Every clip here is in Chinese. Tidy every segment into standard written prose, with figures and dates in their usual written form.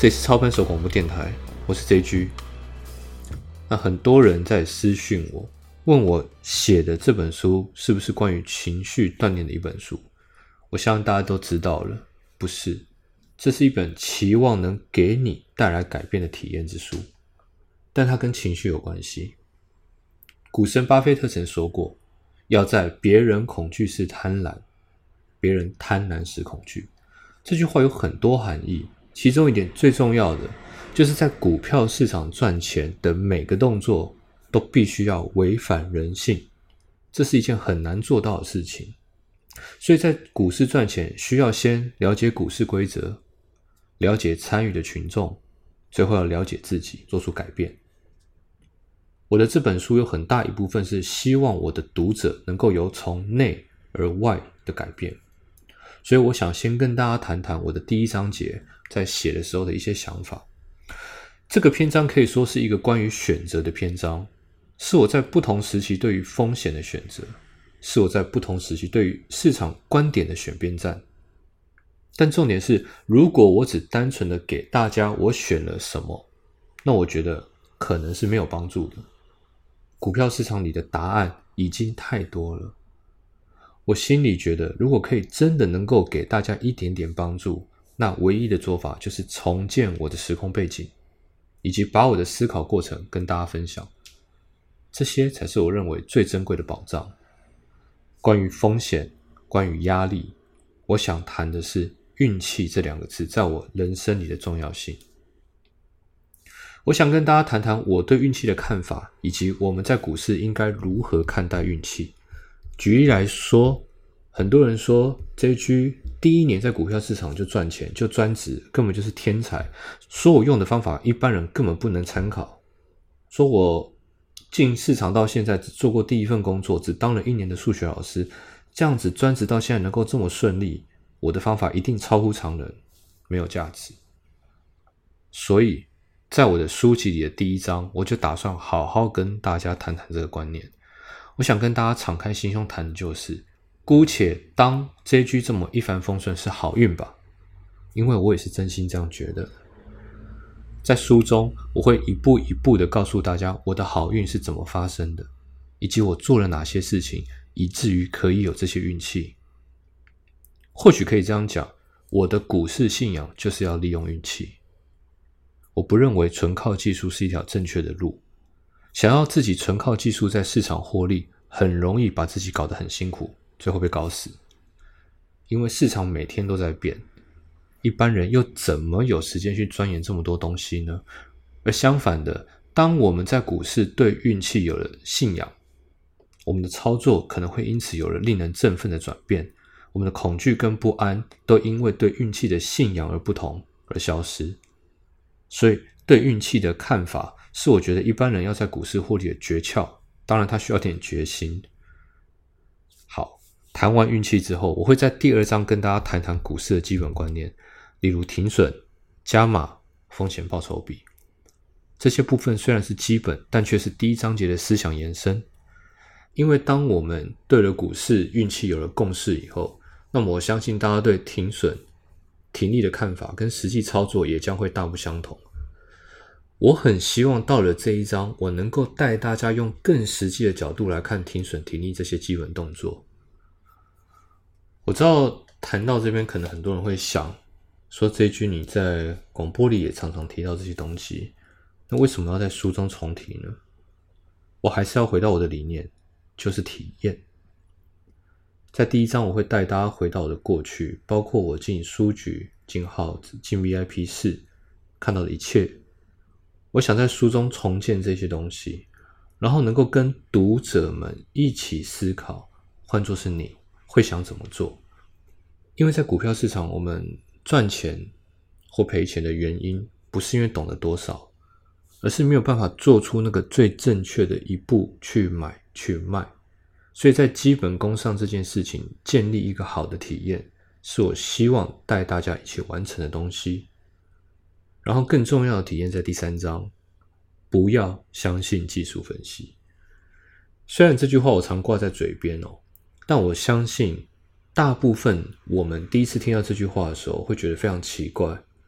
这里是操盘手广播电台，我是 JG。那很多人在私讯我，问我写的这本书是不是关于情绪锻炼的一本书？我相信大家都知道了，不是。这是一本期望能给你带来改变的体验之书，但它跟情绪有关系。股神巴菲特曾说过，要在别人恐惧时贪婪，别人贪婪时恐惧。这句话有很多含义，其中一点最重要的，就是在股票市场赚钱的每个动作都必须要违反人性，这是一件很难做到的事情。所以在股市赚钱，需要先了解股市规则，了解参与的群众，最后要了解自己，做出改变。我的这本书有很大一部分是希望我的读者能够有从内而外的改变，所以我想先跟大家谈谈我的第一章节在写的时候的一些想法。这个篇章可以说是一个关于选择的篇章，是我在不同时期对于风险的选择，是我在不同时期对于市场观点的选边站。但重点是，如果我只单纯的给大家我选了什么，那我觉得可能是没有帮助的。股票市场里的答案已经太多了，我心里觉得如果可以真的能够给大家一点点帮助，那唯一的做法就是重建我的时空背景，以及把我的思考过程跟大家分享。这些才是我认为最珍贵的宝藏。关于风险，关于压力，我想谈的是运气这两个字在我人生里的重要性。我想跟大家谈谈我对运气的看法，以及我们在股市应该如何看待运气。举例来说，很多人说 JG 第一年在股票市场就赚钱，就专职，根本就是天才，说我用的方法一般人根本不能参考，说我进市场到现在只做过第一份工作，只当了1年的数学老师，这样子专职到现在能够这么顺利，我的方法一定超乎常人，没有价值。所以在我的书籍里的第一章，我就打算好好跟大家谈谈这个观念。我想跟大家敞开心胸谈的就是，姑且当 JG 这么一帆风顺是好运吧，因为我也是真心这样觉得。在书中，我会一步一步的告诉大家我的好运是怎么发生的，以及我做了哪些事情，以至于可以有这些运气。或许可以这样讲，我的股市信仰就是要利用运气。我不认为纯靠技术是一条正确的路。想要自己纯靠技术在市场获利，很容易把自己搞得很辛苦，最后被搞死。因为市场每天都在变，一般人又怎么有时间去钻研这么多东西呢？而相反的，当我们在股市对运气有了信仰，我们的操作可能会因此有了令人振奋的转变，我们的恐惧跟不安都因为对运气的信仰而不同而消失。所以对运气的看法是我觉得一般人要在股市获利的诀窍，当然它需要点决心。好，谈完运气之后，我会在第2章跟大家谈谈股市的基本观念，例如停损、加码、风险报酬比。这些部分虽然是基本，但却是第1章节的思想延伸。因为当我们对了股市运气有了共识以后，那么我相信大家对停损、停利的看法跟实际操作也将会大不相同。我很希望到了这一章，我能够带大家用更实际的角度来看停损、停利这些基本动作。我知道谈到这边可能很多人会想说，这一句你在广播里也常常提到这些东西，那为什么要在书中重提呢？我还是要回到我的理念，就是体验。在第1章我会带大家回到我的过去，包括我进书局、进号子、进 VIP 室看到的一切。我想在书中重建这些东西，然后能够跟读者们一起思考，换作是你会想怎么做。因为在股票市场，我们赚钱或赔钱的原因不是因为懂得多少，而是没有办法做出那个最正确的一步去买去卖。所以在基本功上这件事情，建立一个好的体验，是我希望带大家一起完成的东西。然后更重要的体验在第3章，不要相信技术分析。虽然这句话我常挂在嘴边但我相信大部分我们第一次听到这句话的时候会觉得非常奇怪，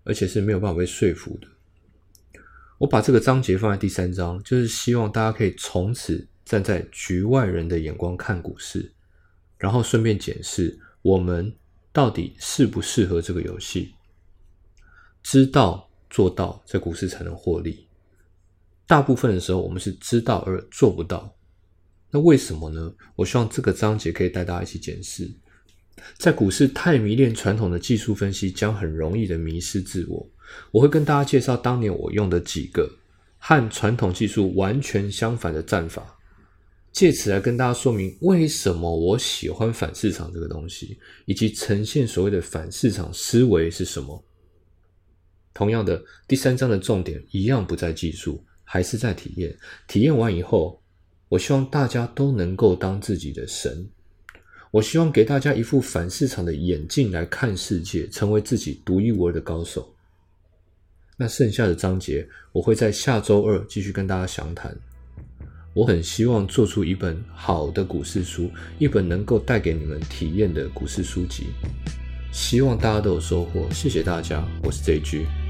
而且是没有办法被说服的。我把这个章节放在第3章，就是希望大家可以从此站在局外人的眼光看股市，然后顺便检视我们到底适不适合这个游戏。知道做到，在股市才能获利。大部分的时候我们是知道而做不到，那为什么呢？我希望这个章节可以带大家一起检视。在股市太迷恋传统的技术分析，将很容易的迷失自我。我会跟大家介绍当年我用的几个和传统技术完全相反的战法，借此来跟大家说明为什么我喜欢反市场这个东西，以及呈现所谓的反市场思维是什么。同样的，第3章的重点一样不在技术，还是在体验。体验完以后，我希望大家都能够当自己的神。我希望给大家一副反市场的眼镜来看世界，成为自己独一无二的高手。那剩下的章节我会在下周2继续跟大家详谈。我很希望做出一本好的股市书，一本能够带给你们体验的股市书籍。希望大家都有收获，谢谢大家，我是 JG。